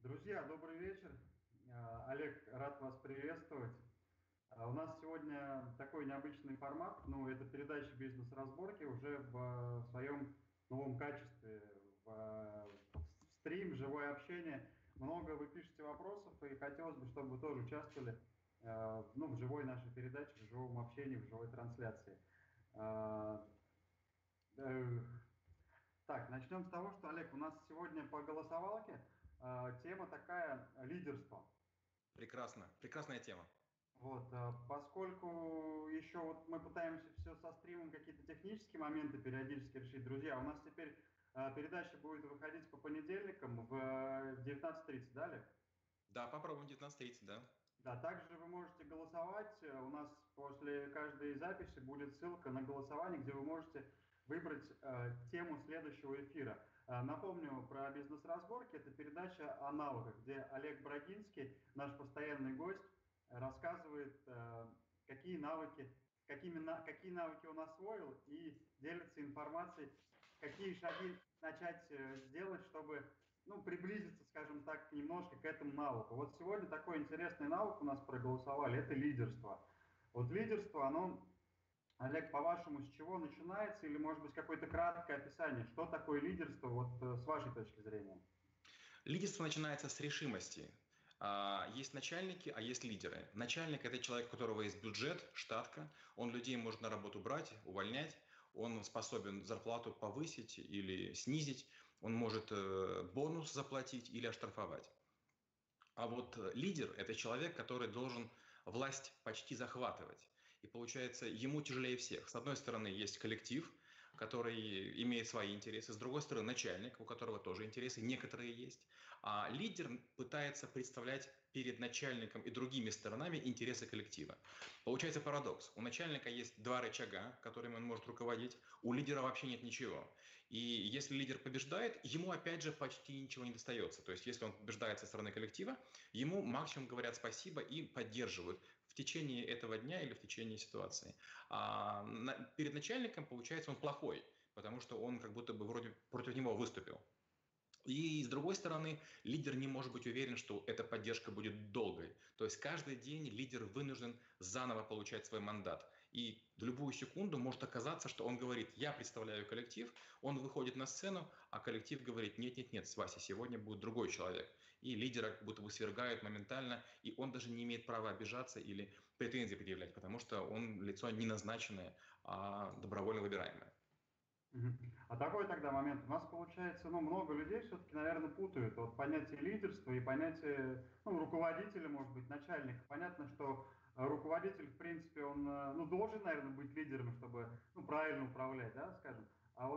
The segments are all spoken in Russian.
Друзья, добрый вечер. Олег, рад вас приветствовать. У нас сегодня такой необычный формат, это передача «Бизнес-разборки» уже в своем новом качестве, в стрим, живое общение. Много вы пишете вопросов, и хотелось бы, чтобы вы тоже участвовали в живой нашей передаче, в живом общении, в живой трансляции. Э, э, Так, начнем с того, что, Олег, у нас сегодня по голосовалке тема такая лидерство. Прекрасно, прекрасная тема. Поскольку еще мы пытаемся все со стримом какие-то технические моменты периодически решить, друзья, у нас теперь передача будет выходить по понедельникам в 19:30, да, Олег? Да, попробуем 19:30, да. Да, также вы можете голосовать. У нас после каждой записи будет ссылка на голосование, где вы можете выбрать тему следующего эфира. Напомню про бизнес-разборки. Это передача о навыках, где Олег Брагинский, наш постоянный гость, рассказывает, какие навыки он освоил и делится информацией, какие шаги начать сделать, чтобы приблизиться, скажем так, немножко к этому навыку. Вот сегодня такой интересный навык у нас проголосовали, это лидерство. Вот лидерство, оно, Олег, по-вашему, с чего начинается? Или, может быть, какое-то краткое описание, что такое лидерство, с вашей точки зрения? Лидерство начинается с решимости. Есть начальники, а есть лидеры. Начальник – это человек, у которого есть бюджет, штатка, он людей может на работу брать, увольнять, он способен зарплату повысить или снизить, он может бонус заплатить или оштрафовать. А вот лидер – это человек, который должен власть почти захватывать. И получается, ему тяжелее всех. С одной стороны, есть коллектив, который имеет свои интересы. С другой стороны, начальник, у которого тоже интересы, некоторые есть. А лидер пытается представлять перед начальником и другими сторонами интересы коллектива. Получается парадокс. У начальника есть два рычага, которыми он может руководить. У лидера вообще нет ничего. И если лидер побеждает, ему опять же почти ничего не достается. То есть если он побеждает со стороны коллектива, ему максимум говорят спасибо и поддерживают в течение этого дня или в течение ситуации. Перед начальником, получается, он плохой, потому что он как будто бы вроде против него выступил. И с другой стороны, лидер не может быть уверен, что эта поддержка будет долгой. То есть каждый день лидер вынужден заново получать свой мандат. И в любую секунду может оказаться, что он говорит: я представляю коллектив, он выходит на сцену, а коллектив говорит: нет, Вася, сегодня будет другой человек. И лидера как будто бы свергают моментально, и он даже не имеет права обижаться или претензии предъявлять, потому что он лицо не назначенное, а добровольно выбираемое. А такой тогда момент. У нас получается, много людей все-таки, наверное, путают понятие лидерства и понятие, руководителя, может быть, начальника. Понятно, что руководитель, в принципе, он, должен, наверное, быть лидером, чтобы, правильно управлять, да, скажем. А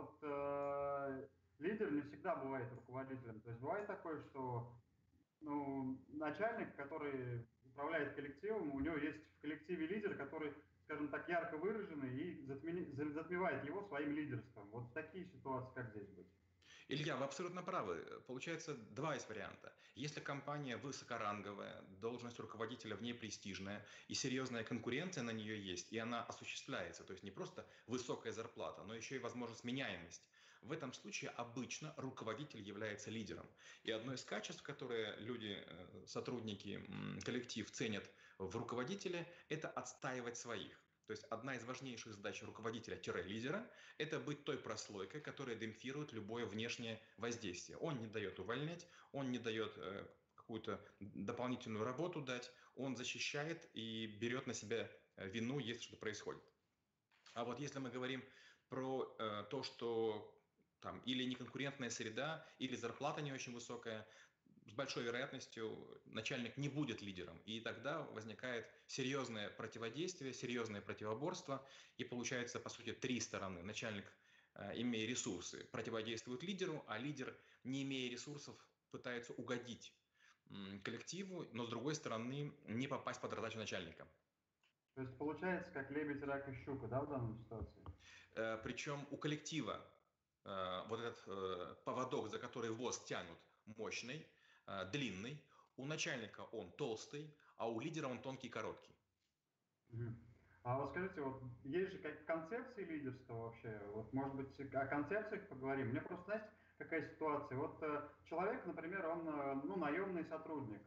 лидер не всегда бывает руководителем. То есть бывает такое, что начальник, который управляет коллективом, у него есть в коллективе лидер, который, скажем так, ярко выраженный и затмевает его своим лидерством. Вот в такие ситуации как здесь быть? Илья, вы абсолютно правы. Получается, два есть варианта. Если компания высокоранговая, должность руководителя в ней престижная, и серьезная конкуренция на нее есть, и она осуществляется, то есть не просто высокая зарплата, но еще и возможность меняемость. В этом случае обычно руководитель является лидером. И одно из качеств, которые люди, сотрудники, коллектив ценят в руководителе, это отстаивать своих. То есть одна из важнейших задач руководителя-лидера – это быть той прослойкой, которая демпфирует любое внешнее воздействие. Он не дает увольнять, он не дает какую-то дополнительную работу дать, он защищает и берет на себя вину, если что-то происходит. А вот если мы говорим про то, что там или неконкурентная среда, или зарплата не очень высокая, с большой вероятностью начальник не будет лидером. И тогда возникает серьезное противодействие, серьезное противоборство. И получается, по сути, три стороны. Начальник, имея ресурсы, противодействует лидеру, а лидер, не имея ресурсов, пытается угодить коллективу, но с другой стороны не попасть под раздачу начальника. То есть получается, как лебедь, рак и щука, да, в данной ситуации? Причем у коллектива вот этот поводок, за который воз тянут, мощный, длинный. У начальника он толстый, а у лидера он тонкий и короткий. А вот скажите, есть же концепции лидерства вообще, может быть, о концепциях поговорим. Мне просто, знаете, какая ситуация. Вот человек, например, он ну, наемный сотрудник.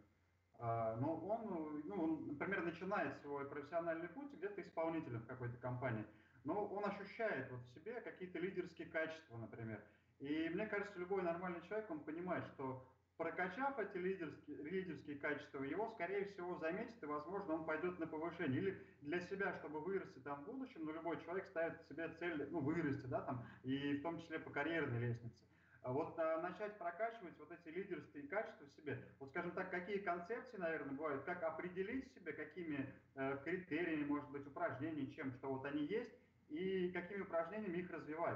Но он, ну, он, например, начинает свой профессиональный путь где-то исполнителем в какой-то компании. Но он ощущает вот в себе какие-то лидерские качества, например. И мне кажется, любой нормальный человек, он понимает, что прокачав эти лидерские качества, его, скорее всего, заметят, и, возможно, он пойдет на повышение. Или для себя, чтобы вырасти там в будущем, ну, любой человек ставит себе цель, ну, вырасти, да, там, и в том числе по карьерной лестнице. Вот начать прокачивать вот эти лидерские качества в себе. Вот, скажем так, какие концепции, наверное, бывают, как определить себе, какими критериями, может быть, упражнениями, чем, что вот они есть, и какими упражнениями их развивать.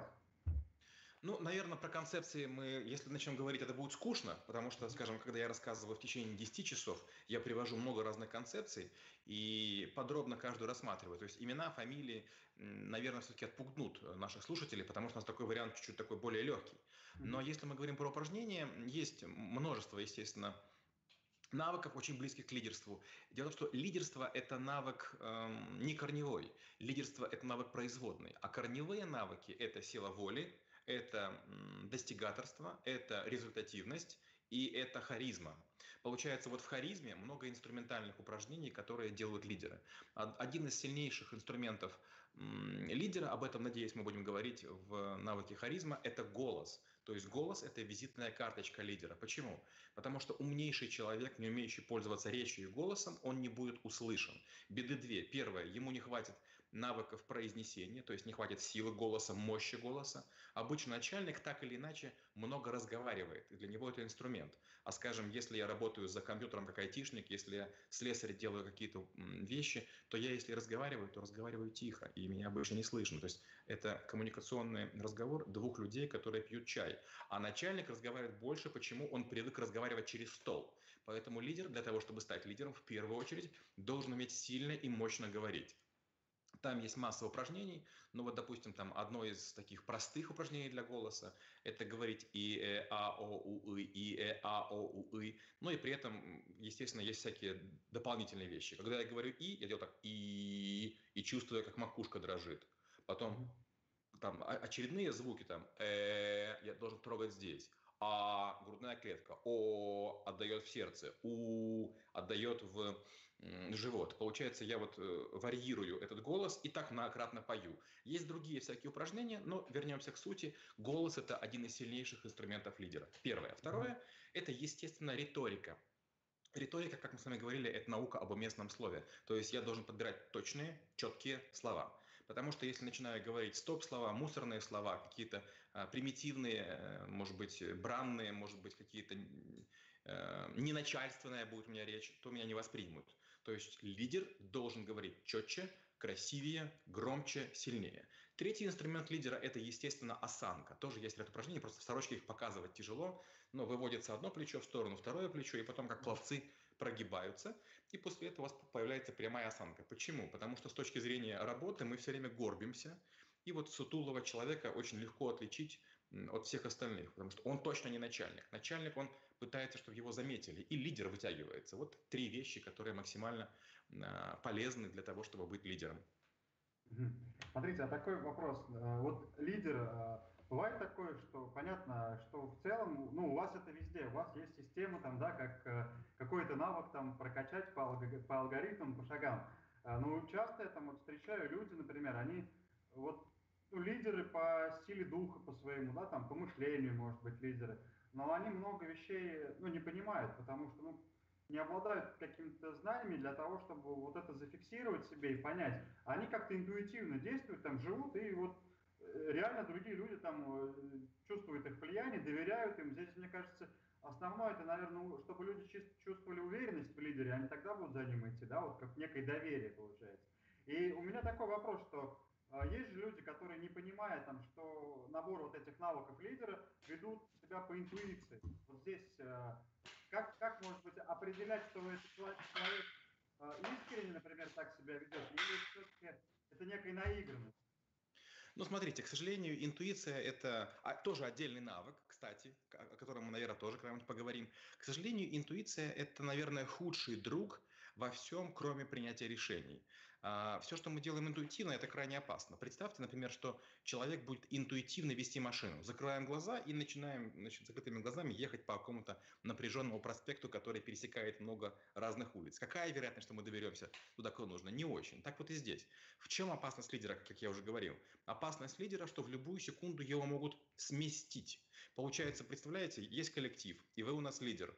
Ну, наверное, про концепции мы, если начнем говорить, это будет скучно, потому что, скажем, когда я рассказываю в течение 10 часов, я привожу много разных концепций и подробно каждую рассматриваю. То есть имена, фамилии, наверное, все-таки отпугнут наших слушателей, потому что у нас такой вариант чуть-чуть такой более легкий. Но если мы говорим про упражнения, есть множество, естественно, навыков, очень близких к лидерству. Дело в том, что лидерство – это навык не корневой. Лидерство – это навык производный. А корневые навыки – это сила воли, это достигаторство, это результативность и это харизма. Получается, вот в харизме много инструментальных упражнений, которые делают лидеры. Один из сильнейших инструментов лидера, об этом, надеюсь, мы будем говорить в навыке харизма, это голос. То есть голос – это визитная карточка лидера. Почему? Потому что умнейший человек, не умеющий пользоваться речью и голосом, он не будет услышан. Беды две. Первое, ему не хватит навыков произнесения, то есть не хватит силы голоса, мощи голоса. Обычно начальник так или иначе много разговаривает, и для него это инструмент. А скажем, если я работаю за компьютером как айтишник, если я слесарь делаю какие-то вещи, то я, если разговариваю, то разговариваю тихо, и меня обычно не слышно. То есть это коммуникационный разговор двух людей, которые пьют чай. А начальник разговаривает больше, почему он привык разговаривать через стол. Поэтому лидер, для того, чтобы стать лидером, в первую очередь должен уметь сильно и мощно говорить. Там есть масса упражнений, но вот, допустим, там одно из таких простых упражнений для голоса – это говорить и, а, о, у, и, а, о, у, ну и при этом, естественно, есть всякие дополнительные вещи. Когда я говорю и, я делаю так и чувствую, как макушка дрожит. Потом там очередные звуки, там, я должен трогать здесь. А грудная клетка, о отдает в сердце, у отдает в живот. Получается, я вот варьирую этот голос и так многократно пою. Есть другие всякие упражнения, но вернемся к сути. Голос – это один из сильнейших инструментов лидера. Первое. Второе – это, естественно, риторика. Риторика, как мы с вами говорили, это наука об уместном слове. То есть я должен подбирать точные, четкие слова. Потому что если начинаю говорить стоп-слова, мусорные слова, какие-то примитивные, может быть, бранные, может быть, какие-то неначальственная будет у меня речь, то меня не воспримут. То есть лидер должен говорить четче, красивее, громче, сильнее. Третий инструмент лидера – это, естественно, осанка. Тоже есть ряд упражнений, просто в сорочке их показывать тяжело, но выводится одно плечо в сторону, второе плечо, и потом как пловцы прогибаются, и после этого у вас появляется прямая осанка. Почему? Потому что с точки зрения работы мы все время горбимся, и вот сутулого человека очень легко отличить от всех остальных, потому что он точно не начальник. Начальник, он пытается, чтобы его заметили, и лидер вытягивается. Вот три вещи, которые максимально полезны для того, чтобы быть лидером. Смотрите, а такой вопрос. Вот лидер, бывает такое, что понятно, что в целом, ну, у вас это везде, у вас есть система там, да, как какой-то навык там прокачать по алгоритмам, по шагам. Но часто я там вот встречаю люди, например, они вот ну, лидеры по силе духа, по своему, да, там, по мышлению, может быть, лидеры, но они много вещей, ну, не понимают, потому что, ну, не обладают какими-то знаниями для того, чтобы вот это зафиксировать себе и понять. Они как-то интуитивно действуют, там живут, и вот реально другие люди там чувствуют их влияние, доверяют им. Здесь, мне кажется, основное это, наверное, чтобы люди чувствовали уверенность в лидере, они тогда будут за ним идти, да, вот как некое доверие получается. И у меня такой вопрос, что есть же люди, которые не понимая, там, что набор вот этих навыков лидера ведут себя по интуиции. Вот здесь как может быть, определять, что этот человек искренне, например, так себя ведет, или все-таки это некая наигранность? Ну, смотрите, к сожалению, интуиция – это тоже отдельный навык, кстати, о котором мы, наверное, тоже когда-нибудь поговорим. К сожалению, интуиция – это, наверное, худший друг во всем, кроме принятия решений. Все, что мы делаем интуитивно, это крайне опасно. Представьте, например, что человек будет интуитивно вести машину. Закрываем глаза и начинаем, значит, закрытыми глазами ехать по какому-то напряженному проспекту, который пересекает много разных улиц. Какая вероятность, что мы доберемся туда, куда нужно? Не очень. Так вот и здесь. В чем опасность лидера, как я уже говорил? Опасность лидера, что в любую секунду его могут сместить. Получается, представляете, есть коллектив, и вы у нас лидер.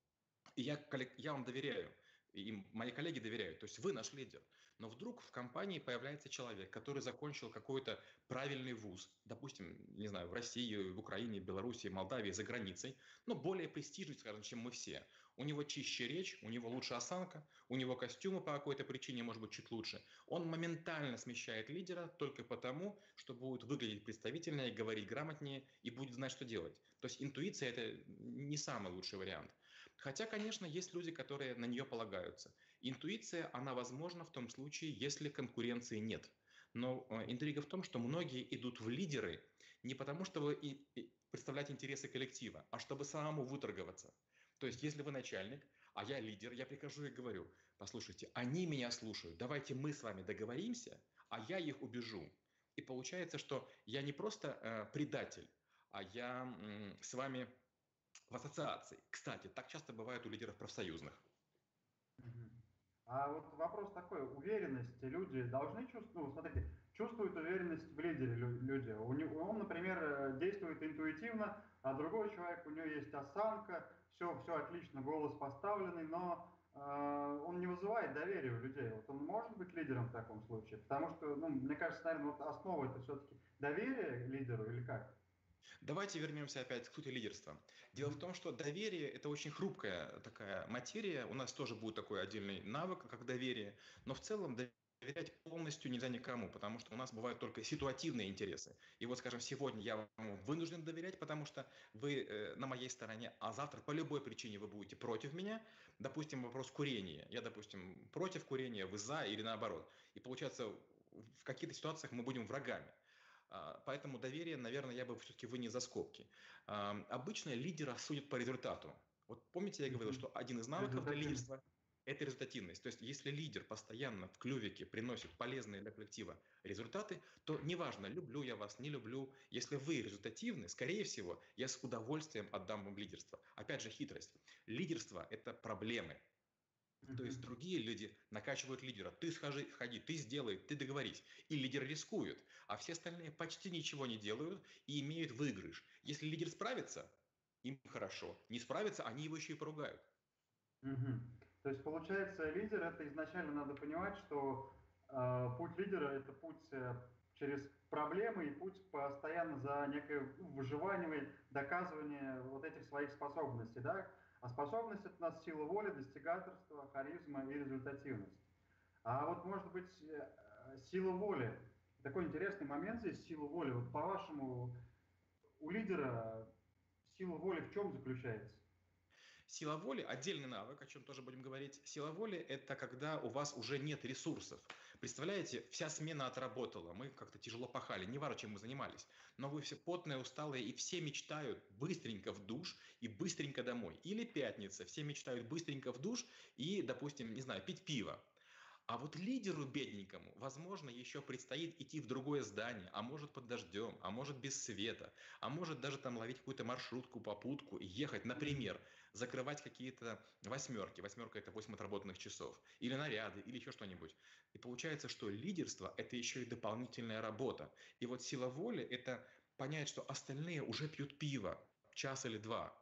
И я вам доверяю, и мои коллеги доверяют, то есть вы наш лидер. Но вдруг в компании появляется человек, который закончил какой-то правильный вуз, допустим, не знаю, в России, в Украине, Белоруссии, Молдавии, за границей, но более престижный, скажем, чем мы все. У него чище речь, у него лучше осанка, у него костюмы по какой-то причине, может быть, чуть лучше. Он моментально смещает лидера только потому, что будет выглядеть представительнее, говорить грамотнее и будет знать, что делать. То есть интуиция – это не самый лучший вариант. Хотя, конечно, есть люди, которые на нее полагаются. Интуиция, она возможна в том случае, если конкуренции нет. Но интрига в том, что многие идут в лидеры не потому, чтобы представлять интересы коллектива, а чтобы самому выторговаться. То есть, если вы начальник, а я лидер, я прихожу и говорю: послушайте, они меня слушают, давайте мы с вами договоримся, а я их убежу. И получается, что я не просто предатель, а я с вами в ассоциации. Кстати, так часто бывает у лидеров профсоюзных. Мгм. А вот вопрос такой, уверенность люди должны чувствовать, ну, смотрите, чувствуют уверенность в лидере люди. Он, например, действует интуитивно, а другой человек, у него есть осанка, все отлично, голос поставленный, но он не вызывает доверия у людей. Вот он может быть лидером в таком случае? Потому что, ну, мне кажется, наверное, вот основа это все-таки доверие лидеру или как? Давайте вернемся опять к сути лидерства. Дело в Мгм. том, что доверие – это очень хрупкая такая материя. У нас тоже будет такой отдельный навык, как доверие. Но в целом доверять полностью нельзя никому, потому что у нас бывают только ситуативные интересы. И вот, скажем, сегодня я вам вынужден доверять, потому что вы на моей стороне, а завтра по любой причине вы будете против меня. Допустим, вопрос курения. Я, допустим, против курения, вы за или наоборот. И получается, в каких-то ситуациях мы будем врагами. Поэтому доверие, наверное, я бы все-таки вынес за скобки. Обычно лидера судят по результату. Вот помните, я говорил, Мгм. что один из навыков для Результативность. лидерства – это результативность. То есть, если лидер постоянно в клювике приносит полезные для коллектива результаты, то неважно, люблю я вас, не люблю, если вы результативны, скорее всего, я с удовольствием отдам вам лидерство. Опять же, хитрость. Лидерство – это проблемы. То есть Мгм. другие люди накачивают лидера. Ты сходи, ты сделай, ты договорись. И лидер рискует, а все остальные почти ничего не делают и имеют выигрыш. Если лидер справится, им хорошо. Не справится, они его еще и поругают. Мгм. То есть, получается, лидер это изначально надо понимать, что путь лидера это путь через проблемы и путь постоянно за некое выживание, доказывание вот этих своих способностей, да? А способность это у нас сила воли, достигаторство, харизма и результативность. А вот может быть сила воли. Такой интересный момент здесь, сила воли. Вот по-вашему, у лидера сила воли в чем заключается? Сила воли – отдельный навык, о чем тоже будем говорить. Сила воли – это когда у вас уже нет ресурсов. Представляете, вся смена отработала, мы как-то тяжело пахали, не важно, чем мы занимались. Но вы все потные, усталые, и все мечтают быстренько в душ и быстренько домой. Или пятница, все мечтают быстренько в душ и, допустим, не знаю, пить пиво. А вот лидеру бедненькому, возможно, еще предстоит идти в другое здание, а может под дождем, а может без света, а может даже там ловить какую-то маршрутку, попутку и ехать, например, закрывать какие-то восьмерки. Восьмерка – это 8 отработанных часов. Или наряды, или еще что-нибудь. И получается, что лидерство – это еще и дополнительная работа. И вот сила воли – это понять, что остальные уже пьют пиво час или два.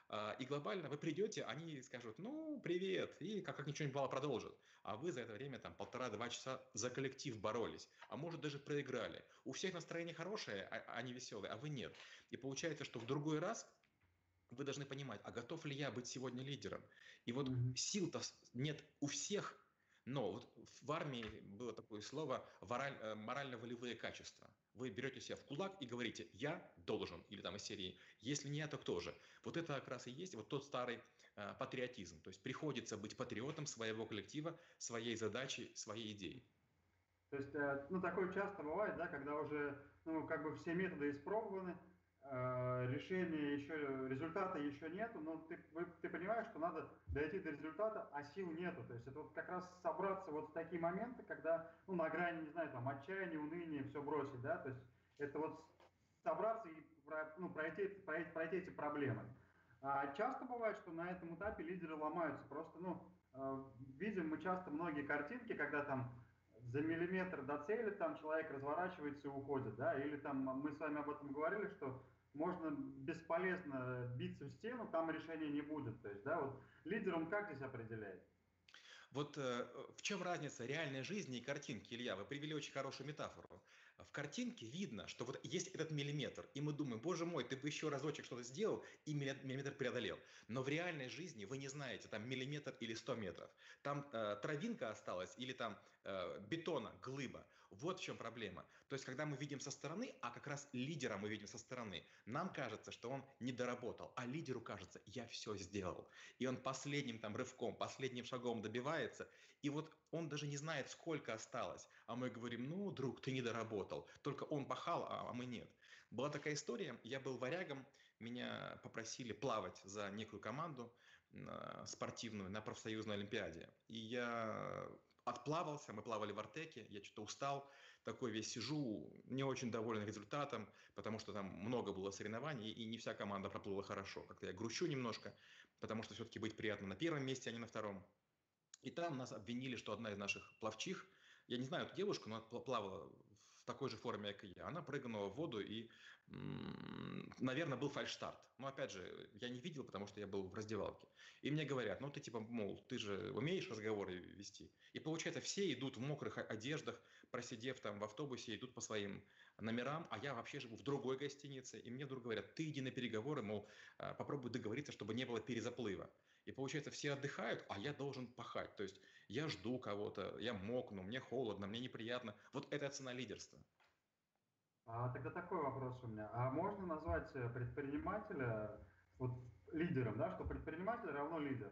И глобально вы придете, они скажут: ну, привет, и как ничего не бывало продолжат. А вы за это время там 1,5-2 часа за коллектив боролись, а может даже проиграли. У всех настроение хорошее, они веселые, а вы нет. И получается, что в другой раз вы должны понимать, а готов ли я быть сегодня лидером? И вот Мгм. сил-то нет у всех, но вот в армии было такое слово морально-волевые качества. Вы берете себя в кулак и говорите: я должен, или там из серии если не я, то кто же? Вот это как раз и есть вот тот старый патриотизм. То есть приходится быть патриотом своего коллектива, своей задачи, своей идеи. То есть, ну, такое часто бывает, да, когда уже, ну, как бы все методы испробованы, решения еще, результата еще нету, но ты понимаешь, что надо дойти до результата, а сил нету. То есть это вот как раз собраться вот в такие моменты, когда, ну, на грани, не знаю, там, отчаяния, уныния, все бросить, да, то есть это вот собраться и ну, пройти эти проблемы. А часто бывает, что на этом этапе лидеры ломаются. Просто, ну, видим мы часто многие картинки, когда там за миллиметр до цели там человек разворачивается и уходит, да, или там мы с вами об этом говорили, что можно бесполезно биться в стену, там решения не будет. То есть, да, вот лидер, он как здесь определяет? Вот в чем разница реальной жизни и картинки, Илья? Вы привели очень хорошую метафору. В картинке видно, что вот есть этот миллиметр, и мы думаем, боже мой, ты бы еще разочек что-то сделал, и миллиметр преодолел. Но в реальной жизни вы не знаете, там миллиметр или 100 метров. Там травинка осталась или там бетона, глыба. Вот в чем проблема. То есть, когда мы видим со стороны, а как раз лидера мы видим со стороны, нам кажется, что он не доработал, а лидеру кажется, я все сделал. И он последним там рывком, последним шагом добивается, и вот он даже не знает, сколько осталось. А мы говорим, ну, друг, ты не доработал. Только он пахал, а мы нет. Была такая история, я был варягом, меня попросили плавать за некую команду спортивную на профсоюзной олимпиаде. И я отплавался, мы плавали в Артеке, я что-то устал, такой весь сижу, не очень доволен результатом, потому что там много было соревнований, и не вся команда проплыла хорошо. Как-то я грущу немножко, потому что все-таки быть приятно на первом месте, а не на втором. И там нас обвинили, что одна из наших пловчих, я не знаю эту девушку, но она плавала в такой же форме, как и я. Она прыгнула в воду и, наверное, был фальшстарт. Но опять же, я не видел, потому что я был в раздевалке. И мне говорят, ну ты типа, мол, ты же умеешь разговоры вести. И получается, все идут в мокрых одеждах, просидев там в автобусе, идут по своим номерам, а я вообще живу в другой гостинице. И мне вдруг говорят, ты иди на переговоры, мол, попробуй договориться, чтобы не было перезаплыва. И получается, все отдыхают, а я должен пахать. То есть я жду кого-то, я мокну, мне холодно, мне неприятно. Вот это цена лидерства. А тогда такой вопрос у меня. А можно назвать предпринимателя вот лидером, да, что предприниматель равно лидер?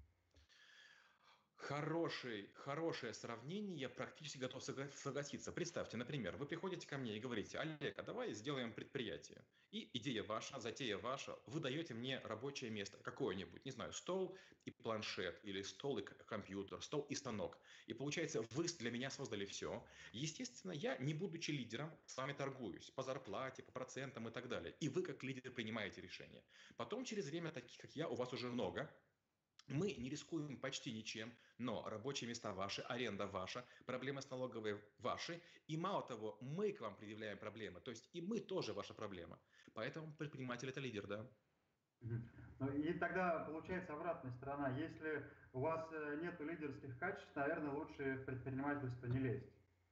Хорошее сравнение, я практически готов согласиться. Представьте, например, вы приходите ко мне и говорите, Олег, а давай сделаем предприятие. И идея ваша, затея ваша, вы даете мне рабочее место, какое-нибудь, не знаю, стол и планшет, или стол и компьютер, стол и станок. И получается, вы для меня создали все. Естественно, я, не будучи лидером, с вами торгуюсь по зарплате, по процентам и так далее. И вы, как лидер, принимаете решение. Потом, через время, таких как я, у вас уже много, мы не рискуем почти ничем, но рабочие места ваши, аренда ваша, проблемы с налоговой ваши, и мало того, мы к вам предъявляем проблемы, то есть и мы тоже ваша проблема. Поэтому предприниматель это лидер, да. Мгм. Ну и тогда получается обратная сторона. Если у вас нет лидерских качеств, наверное, лучше в предпринимательство не лезть.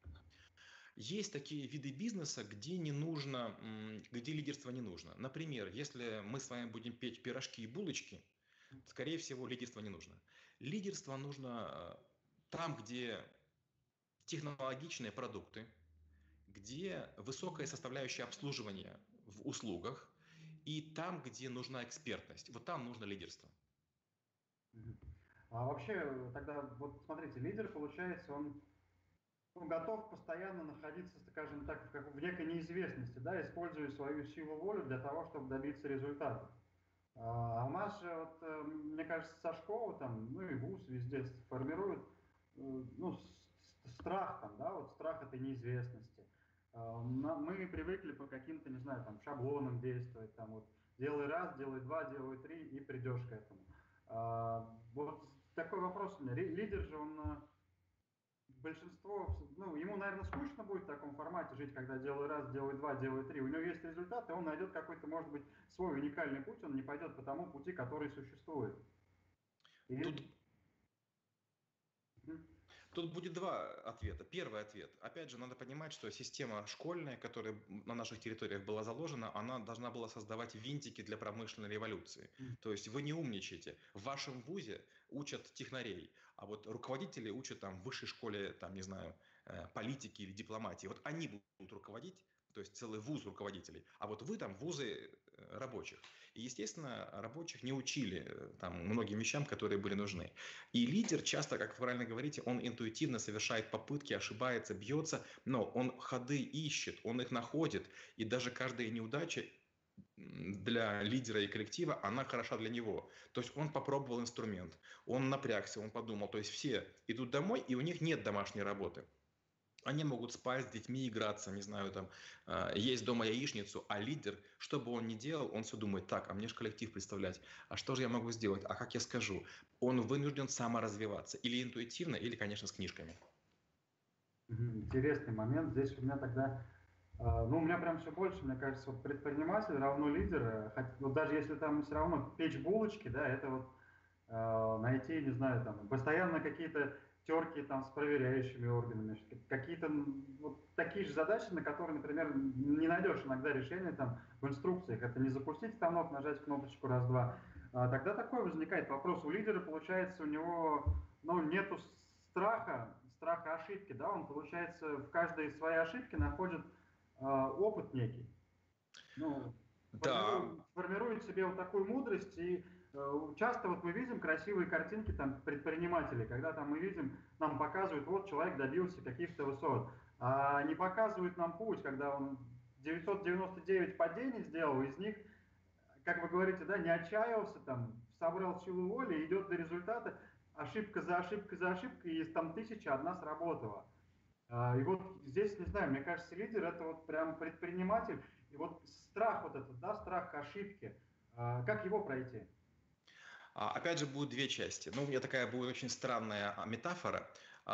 Есть такие виды бизнеса, где не нужно, где лидерство не нужно. Например, если мы с вами будем печь пирожки и булочки, скорее всего, лидерство не нужно. Лидерство нужно там, где технологичные продукты, где высокая составляющая обслуживания в услугах, и там, где нужна экспертность. Вот там нужно лидерство. Мгм. А вообще, тогда, вот смотрите, лидер, получается, он готов постоянно находиться, скажем так, в некой неизвестности, да, используя свою силу воли для того, чтобы добиться результата. А у нас же, вот, мне кажется, со школы, там, ну и вуз везде формируют ну, страх, там, да, вот страх этой неизвестности. Мы привыкли по каким-то, не знаю, там, шаблонам действовать, там, вот, делай раз, делай два, делай три, и придешь к этому. Вот такой вопрос у меня. Лидер же, он большинство, ну, ему, наверное, скучно будет в таком формате жить, когда делай раз, делай два, делай три. У него есть результат, и он найдет какой-то, может быть, свой уникальный путь, он не пойдет по тому пути, который существует. Тут И, Тут будет два ответа. Первый ответ. Опять же, надо понимать, что система школьная, которая на наших территориях была заложена, она должна была создавать винтики для промышленной революции. То есть вы не умничаете. В вашем вузе учат технарей, а вот руководители учат там в высшей школе, там, не знаю, политики или дипломатии. Вот они будут руководить, то есть целый вуз руководителей, а вот вы там вузы рабочих. И, естественно, рабочих не учили там многим вещам, которые были нужны. И лидер часто, как вы правильно говорите, он интуитивно совершает попытки, ошибается, бьется, но он ходы ищет, он их находит, и даже каждая неудача для лидера и коллектива, она хороша для него. То есть он попробовал инструмент, он напрягся, он подумал. То есть все идут домой, и у них нет домашней работы. Они могут спать с детьми, играться, не знаю, там, есть дома яичницу, а лидер, что бы он ни делал, он все думает, так, а мне же коллектив представлять, а что же я могу сделать, а как я скажу? Он вынужден саморазвиваться, или интуитивно, или, конечно, с книжками. Интересный момент. Здесь у меня тогда, ну, у меня прям все больше, мне кажется, вот предприниматель равно лидер. Вот даже если там все равно печь булочки, да, это вот найти, не знаю, там, постоянно какие-то терки там с проверяющими органами, какие-то вот такие же задачи, на которые, например, не найдешь иногда решения там в инструкциях. Это не запустить станок, нажать кнопочку раз-два. Тогда такой возникает вопрос. У лидера, получается, у него, ну, нету страха ошибки, да, он, получается, в каждой своей ошибке находит опыт некий. Ну, Да, формирует себе вот такую мудрость, и часто вот мы видим красивые картинки там предпринимателей, когда там мы видим, нам показывают, вот человек добился каких-то высот, а не показывают нам путь, когда он 999 падений сделал, из них, как вы говорите, да, не отчаялся, там, собрал силу воли, идет до результата, ошибка за ошибкой за ошибкой, и из там 1001 сработала. И вот здесь, не знаю, мне кажется, лидер это вот прям предприниматель, и вот страх вот этот, да, страх ошибки, как его пройти? опять же, будет две части. Ну, у меня такая будет очень странная метафора.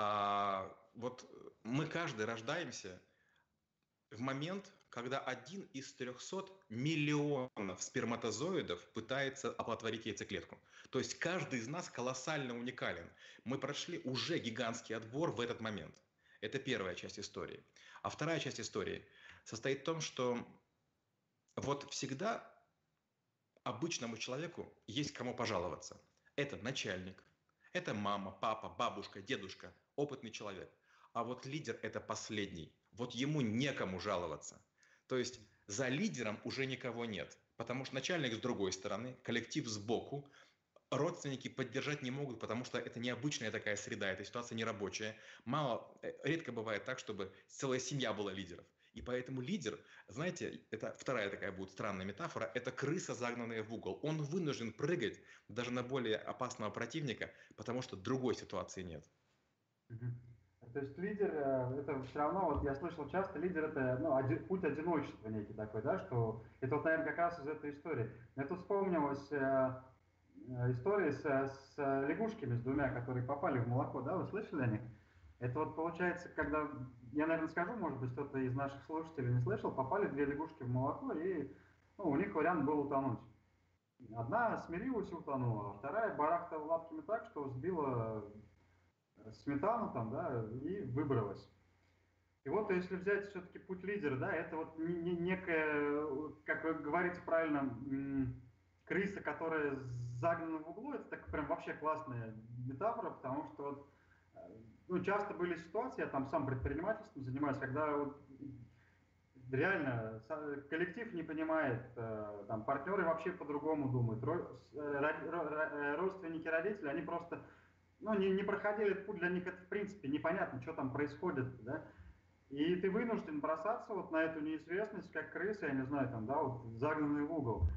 Вот мы каждый рождаемся в момент, когда 1 из 300 миллионов сперматозоидов пытается оплодотворить яйцеклетку. То есть каждый из нас колоссально уникален. Мы прошли уже гигантский отбор в этот момент. Это первая часть истории. А вторая часть истории состоит в том, что вот всегда обычному человеку есть кому пожаловаться. Это начальник, это мама, папа, бабушка, дедушка, опытный человек. А вот лидер – это последний. Вот ему некому жаловаться. То есть за лидером уже никого нет. Потому что начальник с другой стороны, коллектив сбоку, родственники поддержать не могут, потому что это необычная такая среда, эта ситуация нерабочая. Редко бывает так, чтобы целая семья была лидеров. И поэтому лидер, знаете, это вторая такая будет странная метафора, это крыса, загнанная в угол. Он вынужден прыгать даже на более опасного противника, потому что другой ситуации нет. Мгм. То есть лидер, это все равно, вот я слышал часто, лидер это ну, путь одиночества некий такой, да, что это вот, наверное, как раз из этой истории. Мне тут вспомнилась история с лягушками, с двумя, которые попали в молоко, да, вы слышали о них? Это вот получается, когда, я, наверное, скажу, может быть, кто-то из наших слушателей не слышал, попали две лягушки в молоко, и ну, у них вариант был утонуть. Одна смирилась и утонула, а вторая барахтала лапками так, что сбила сметану там, да, и выбралась. И вот если взять все-таки путь лидера, да, это вот некая, как вы говорите правильно, крыса, которая загнана в углу, это так прям вообще классная метафора, потому что вот, ну, часто были ситуации, я там сам предпринимательством занимаюсь, когда вот реально коллектив не понимает, там партнеры вообще по-другому думают, родственники, родители, они просто ну, не проходили этот путь, для них это в принципе непонятно, что там происходит, да, и ты вынужден бросаться вот на эту неизвестность, как крыса, я не знаю, там, да, вот загнанный в угол.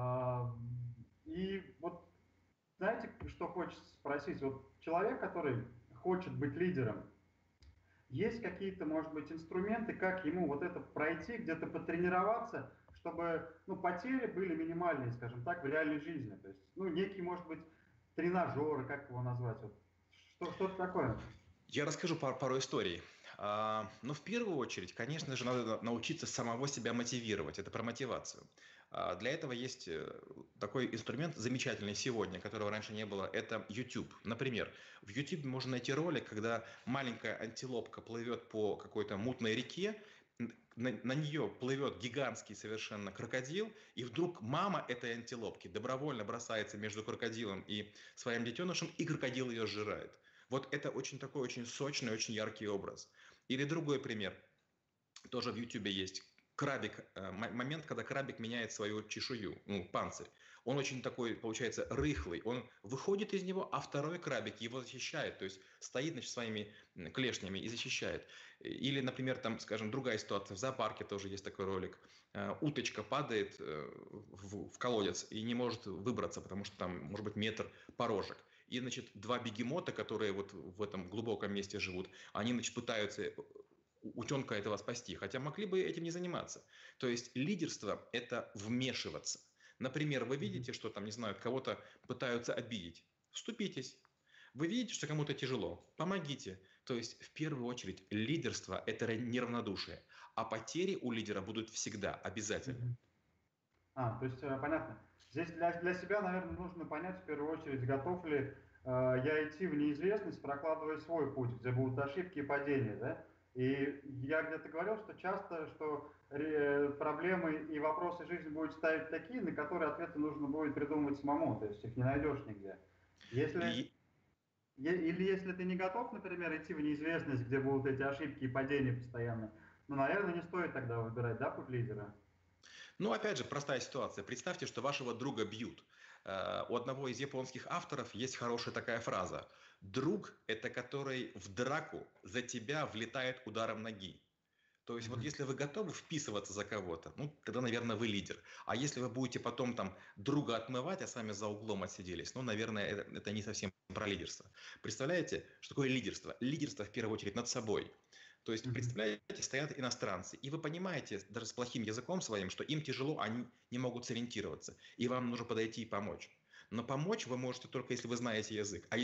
И вот знаете, что хочется спросить? Вот человек, который хочет быть лидером, есть какие-то, может быть, инструменты, как ему вот это пройти, где-то потренироваться, чтобы, ну, потери были минимальные, скажем так, в реальной жизни. То есть, ну, некий, может быть, тренажер, как его назвать, вот, что-то такое. Я расскажу пару историй. Но в первую очередь, конечно же, надо научиться самого себя мотивировать. Это про мотивацию. Для этого есть такой инструмент замечательный сегодня, которого раньше не было. Это YouTube. Например, в YouTube можно найти ролик, когда маленькая антилопка плывет по какой-то мутной реке, на нее плывет гигантский совершенно крокодил, и вдруг мама этой антилопки добровольно бросается между крокодилом и своим детенышем, и крокодил ее сжирает. Вот это очень такой очень сочный, очень яркий образ. Или другой пример, тоже в YouTube есть. Крабик, момент, когда крабик меняет свою чешую, ну, панцирь. он очень такой, получается, рыхлый. Он выходит из него, а второй крабик его защищает. То есть стоит, значит, своими клешнями и защищает. Или, например, там, скажем, другая ситуация. В зоопарке тоже есть такой ролик. Уточка падает в колодец и не может выбраться, потому что там, может быть, метр порожек. И, значит, два бегемота, которые вот в этом глубоком месте живут, они, значит, пытаются утенка этого спасти, хотя могли бы этим не заниматься. То есть лидерство – это вмешиваться. Например, вы видите, что там, не знаю, кого-то пытаются обидеть. Вступитесь. Вы видите, что кому-то тяжело. Помогите. То есть, в первую очередь, лидерство – это неравнодушие. А потери у лидера будут всегда, обязательно. То есть, понятно. Здесь для себя, наверное, нужно понять в первую очередь, готов ли я идти в неизвестность, прокладывая свой путь, где будут ошибки и падения, да? И я где-то говорил, что часто, что проблемы и вопросы жизни будут ставить такие, на которые ответы нужно будет придумывать самому, то есть их не найдешь нигде. Если, И или если ты не готов, например, идти в неизвестность, где будут эти ошибки и падения постоянно, ну, наверное, не стоит тогда выбирать, да, путь лидера. Ну, опять же, простая ситуация. Представьте, что вашего друга бьют. У одного из японских авторов есть хорошая такая фраза. Друг – это который в драку за тебя влетает ударом ноги. То есть вот если вы готовы вписываться за кого-то, ну, тогда, наверное, вы лидер. А если вы будете потом там друга отмывать, а сами за углом отсиделись, ну, наверное, это не совсем про лидерство. Представляете, что такое лидерство? Лидерство в первую очередь над собой. То есть, представляете, стоят иностранцы, и вы понимаете, даже с плохим языком своим, что им тяжело, они не могут сориентироваться, и вам нужно подойти и помочь. Но помочь вы можете только, если вы знаете язык. А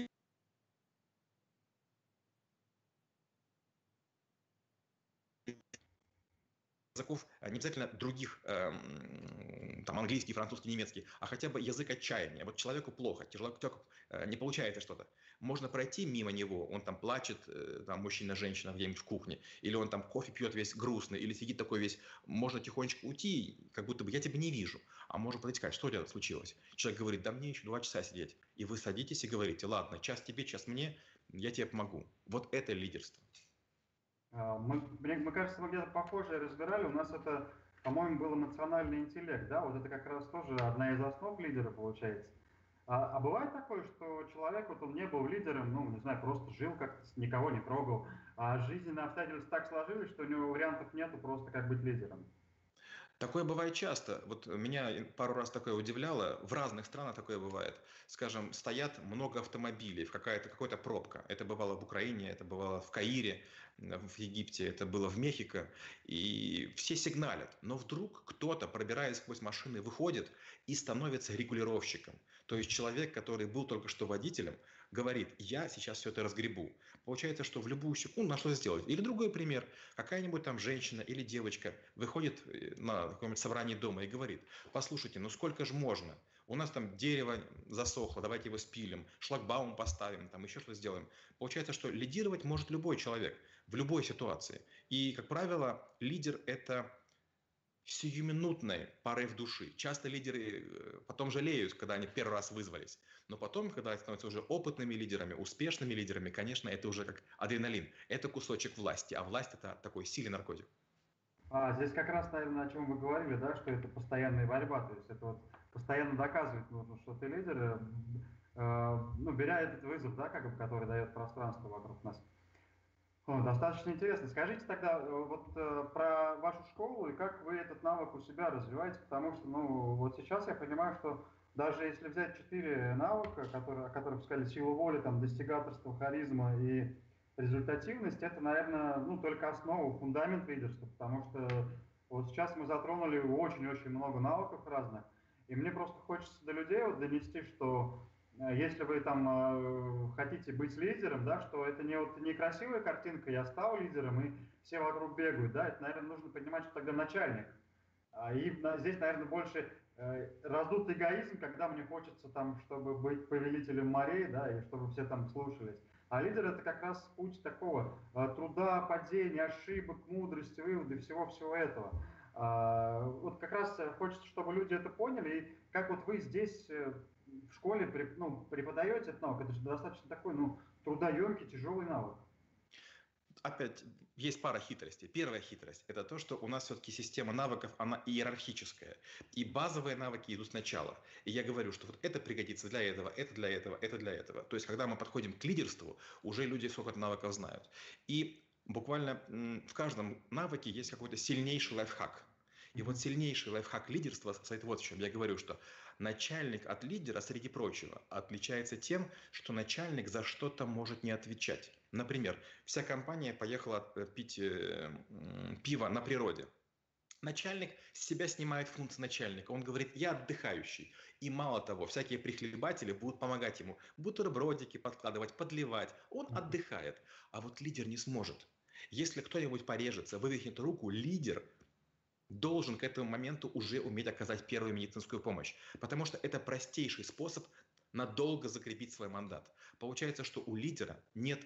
языков, не обязательно других, там, английский, французский, немецкий, а хотя бы язык отчаяния. Вот человеку плохо, тяжело, не получается что-то. Можно пройти мимо него, он там плачет, там, мужчина, женщина где-нибудь в кухне, или он там кофе пьет весь грустный, или сидит такой весь, можно тихонечко уйти, как будто бы я тебя не вижу. А можно подойти и сказать, что у тебя случилось? Человек говорит, да мне еще 2 часа сидеть. И вы садитесь и говорите, ладно, час тебе, час мне, я тебе помогу. Вот это лидерство. Мы, кажется, мы где-то похожее разбирали. У нас это, по-моему, был эмоциональный интеллект, да? Вот это как раз тоже одна из основ лидера получается. А бывает такое, что человек, вот он не был лидером, ну, не знаю, просто жил как-то, никого не трогал, а жизненные обстоятельства так сложились, что у него вариантов нету просто как быть лидером. Такое бывает часто. Вот меня пару раз такое удивляло. В разных странах такое бывает. Скажем, стоят много автомобилей, какая-то пробка. Это бывало в Украине, это бывало в Каире, в Египте, это было в Мехико. И все сигналят. Но вдруг кто-то, пробираясь сквозь машины, выходит и становится регулировщиком. То есть человек, который был только что водителем, говорит, я сейчас все это разгребу. Получается, что в любую секунду на что сделать. Или другой пример. Какая-нибудь там женщина или девочка выходит на каком-нибудь собрании дома и говорит, послушайте, ну сколько же можно? У нас там дерево засохло, давайте его спилим, шлагбаум поставим, там еще что-то сделаем. Получается, что лидировать может любой человек в любой ситуации. И, как правило, лидер – это сиюминутный порыв души. Часто лидеры потом жалеют, когда они первый раз вызвались. Но потом, когда они становятся уже опытными лидерами, успешными лидерами, конечно, это уже как адреналин. Это кусочек власти. А власть – это такой сильный наркотик. Здесь как раз, наверное, о чем вы говорили, да, что это постоянная борьба, то есть это вот постоянно доказывать нужно, что ты лидер, ну, беря этот вызов, да, как бы, который дает пространство вокруг нас. Достаточно интересно. Скажите тогда про вашу школу и как вы этот навык у себя развиваете, потому что, ну, вот сейчас я понимаю, что даже если взять 4 навыка, о которых сказали, сила воли, там, достигаторство, харизма и результативность, это, наверное, ну, только основа, фундамент лидерства, потому что вот сейчас мы затронули очень-очень много навыков разных, и мне просто хочется до людей вот донести, что если вы там хотите быть лидером, да, что это не, вот, не красивая картинка, я стал лидером, и все вокруг бегают, да, это, наверное, нужно понимать, что тогда начальник. Здесь, наверное, больше раздут эгоизм, когда мне хочется там, чтобы быть повелителем морей, да, и чтобы все там слушались. А лидер это как раз путь такого труда, падения, ошибок, мудрости, вывода, всего-всего этого. Вот как раз хочется, чтобы люди это поняли, и как вот вы здесь в школе ну, преподаете этот навык, это же достаточно такой, ну, трудоемкий, тяжелый навык. опять есть пара хитростей. Первая хитрость – это то, что у нас все-таки система навыков, она иерархическая. И базовые навыки идут сначала. И я говорю, что вот это пригодится для этого, это для этого, это для этого. То есть, когда мы подходим к лидерству, уже люди сколько-то навыков знают. И буквально в каждом навыке есть какой-то сильнейший лайфхак. И вот сильнейший лайфхак лидерства состоит вот в чем. Я говорю, что начальник от лидера, среди прочего, отличается тем, что начальник за что-то может не отвечать. Например, вся компания поехала пить пиво на природе. Начальник с себя снимает функции начальника. Он говорит, я отдыхающий. И мало того, всякие прихлебатели будут помогать ему. Бутербродики подкладывать, подливать. Он отдыхает. А вот лидер не сможет. Если кто-нибудь порежется, вывихнет руку, лидер должен к этому моменту уже уметь оказать первую медицинскую помощь. Потому что это простейший способ надолго закрепить свой мандат. Получается, что у лидера нет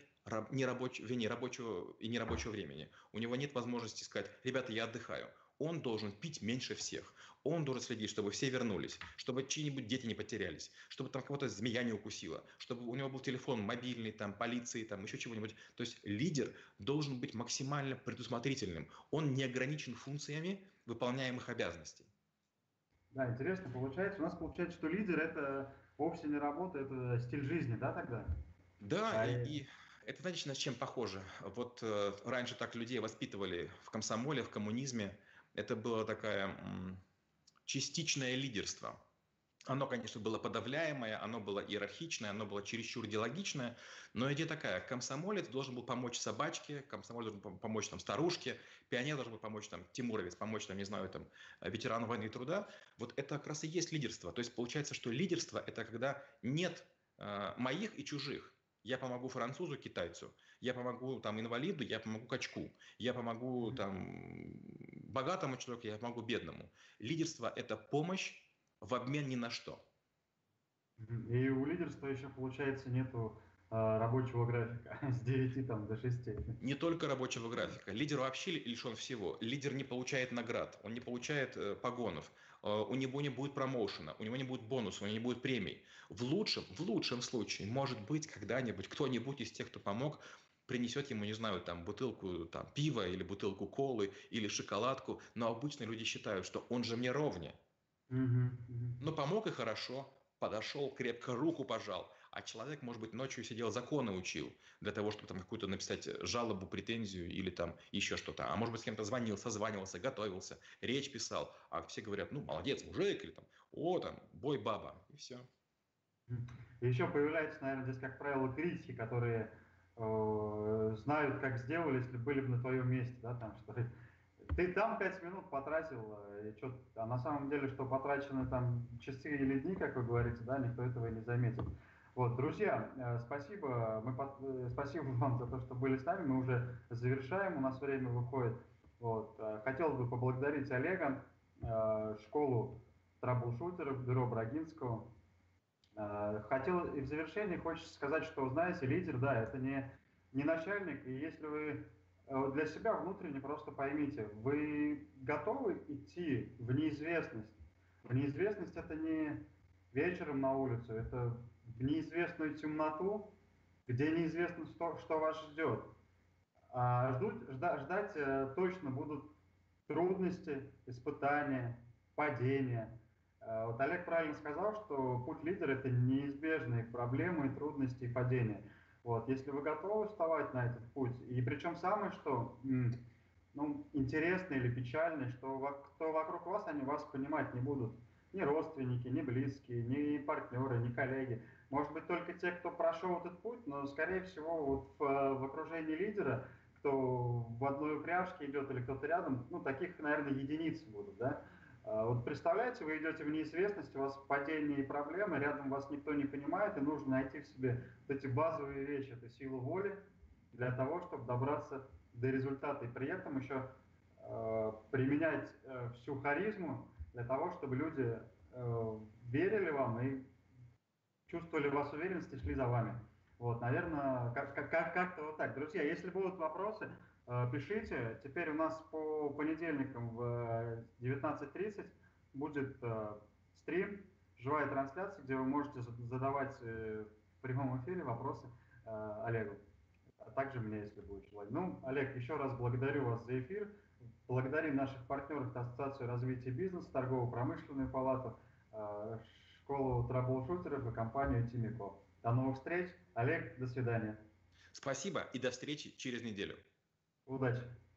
рабочего и нерабочего времени. У него нет возможности сказать, ребята, я отдыхаю. Он должен пить меньше всех. Он должен следить, чтобы все вернулись, чтобы чьи-нибудь дети не потерялись, чтобы там кого-то змея не укусила, чтобы у него был телефон мобильный, там, полиции, там, еще чего-нибудь. То есть лидер должен быть максимально предусмотрительным. Он не ограничен функциями выполняемых обязанностей. Да, интересно получается. У нас получается, что лидер это вовсе не работа, это стиль жизни, да, тогда? Да, А, и это, знаете, на чем похоже? Вот раньше так людей воспитывали в комсомоле, в коммунизме. Это было такое частичное лидерство. Оно, конечно, было подавляемое, оно было иерархичное, оно было чересчур идеологичное, но идея такая: комсомолец должен был помочь собачке, комсомолец должен помочь там старушке, пионер должен был помочь там тимуровец, помочь там, не знаю, там ветерану войны и труда. Вот это как раз и есть лидерство. То есть получается, что лидерство – это когда нет моих и чужих. Я помогу французу, китайцу, я помогу там инвалиду, я помогу качку, я помогу там богатому человеку, я помогу бедному. Лидерство – это помощь в обмен ни на что. И у лидерства еще, получается, нету рабочего графика с 9 там, до 6. Не только рабочего графика. Лидер вообще лишен всего. Лидер не получает наград, он не получает погонов, у него не будет промоушена, у него не будет бонусов, у него не будет премий. В лучшем случае, может быть, когда-нибудь кто-нибудь из тех, кто помог, принесет ему, не знаю, там, бутылку там, пива или бутылку колы или шоколадку, но обычно люди считают, что он же мне ровня. Ну, помог и хорошо, подошел, крепко руку пожал, а человек, может быть, ночью сидел, законы учил, для того, чтобы там какую-то написать жалобу, претензию или там еще что-то. А может быть, с кем-то звонил, созванивался, готовился, речь писал, а все говорят, ну, молодец, мужик, или там, о, там, бой баба, и все. И еще появляются, наверное, здесь, как правило, критики, которые знают, как сделали, если были бы на твоем месте, да, там, что ты там 5 минут потратил, а на самом деле, что потрачены там часы или дни, как вы говорите, да, никто этого и не заметит. Вот, друзья, спасибо, спасибо вам за то, что были с нами, мы уже завершаем, у нас время выходит. Вот, хотел бы поблагодарить Олега, школу траблшутеров, бюро Брагинского. Хотел и в завершении хочется сказать, что, знаете, лидер, да, это не начальник, и если вы для себя внутренне просто поймите, вы готовы идти в неизвестность. В неизвестность это не вечером на улицу, это в неизвестную темноту, где неизвестно, что вас ждет. Ждать точно будут трудности, испытания, падения. Вот Олег правильно сказал, что путь лидера – это неизбежные проблемы, трудности и падения. Вот, если вы готовы вставать на этот путь, и причем самое, что ну, интересное или печальное, что кто вокруг вас, они вас понимать не будут. Ни родственники, ни близкие, ни партнеры, ни коллеги. Может быть, только те, кто прошел этот путь, но, скорее всего, вот в окружении лидера, кто в одной упряжке идет или кто-то рядом, ну, таких, наверное, единицы будут, да. Вот представляете, вы идете в неизвестность, у вас падение и проблемы, рядом вас никто не понимает, и нужно найти в себе вот эти базовые вещи, это силу воли для того, чтобы добраться до результата. И при этом еще применять всю харизму для того, чтобы люди верили вам и чувствовали вас уверенность и шли за вами. Вот, наверное, как-то вот так. Друзья, если будут вопросы, пишите. Теперь у нас по понедельникам в 19:30 будет стрим, живая трансляция, где вы можете задавать в прямом эфире вопросы Олегу. а также мне, если будет желание. Ну, Олег, еще раз благодарю вас за эфир. Благодарим наших партнеров Ассоциацию развития бизнеса, торгово-промышленную палату, школу трэблшутеров и компанию Тимико. До новых встреч. Олег, до свидания. Спасибо и до встречи через неделю. Удачи.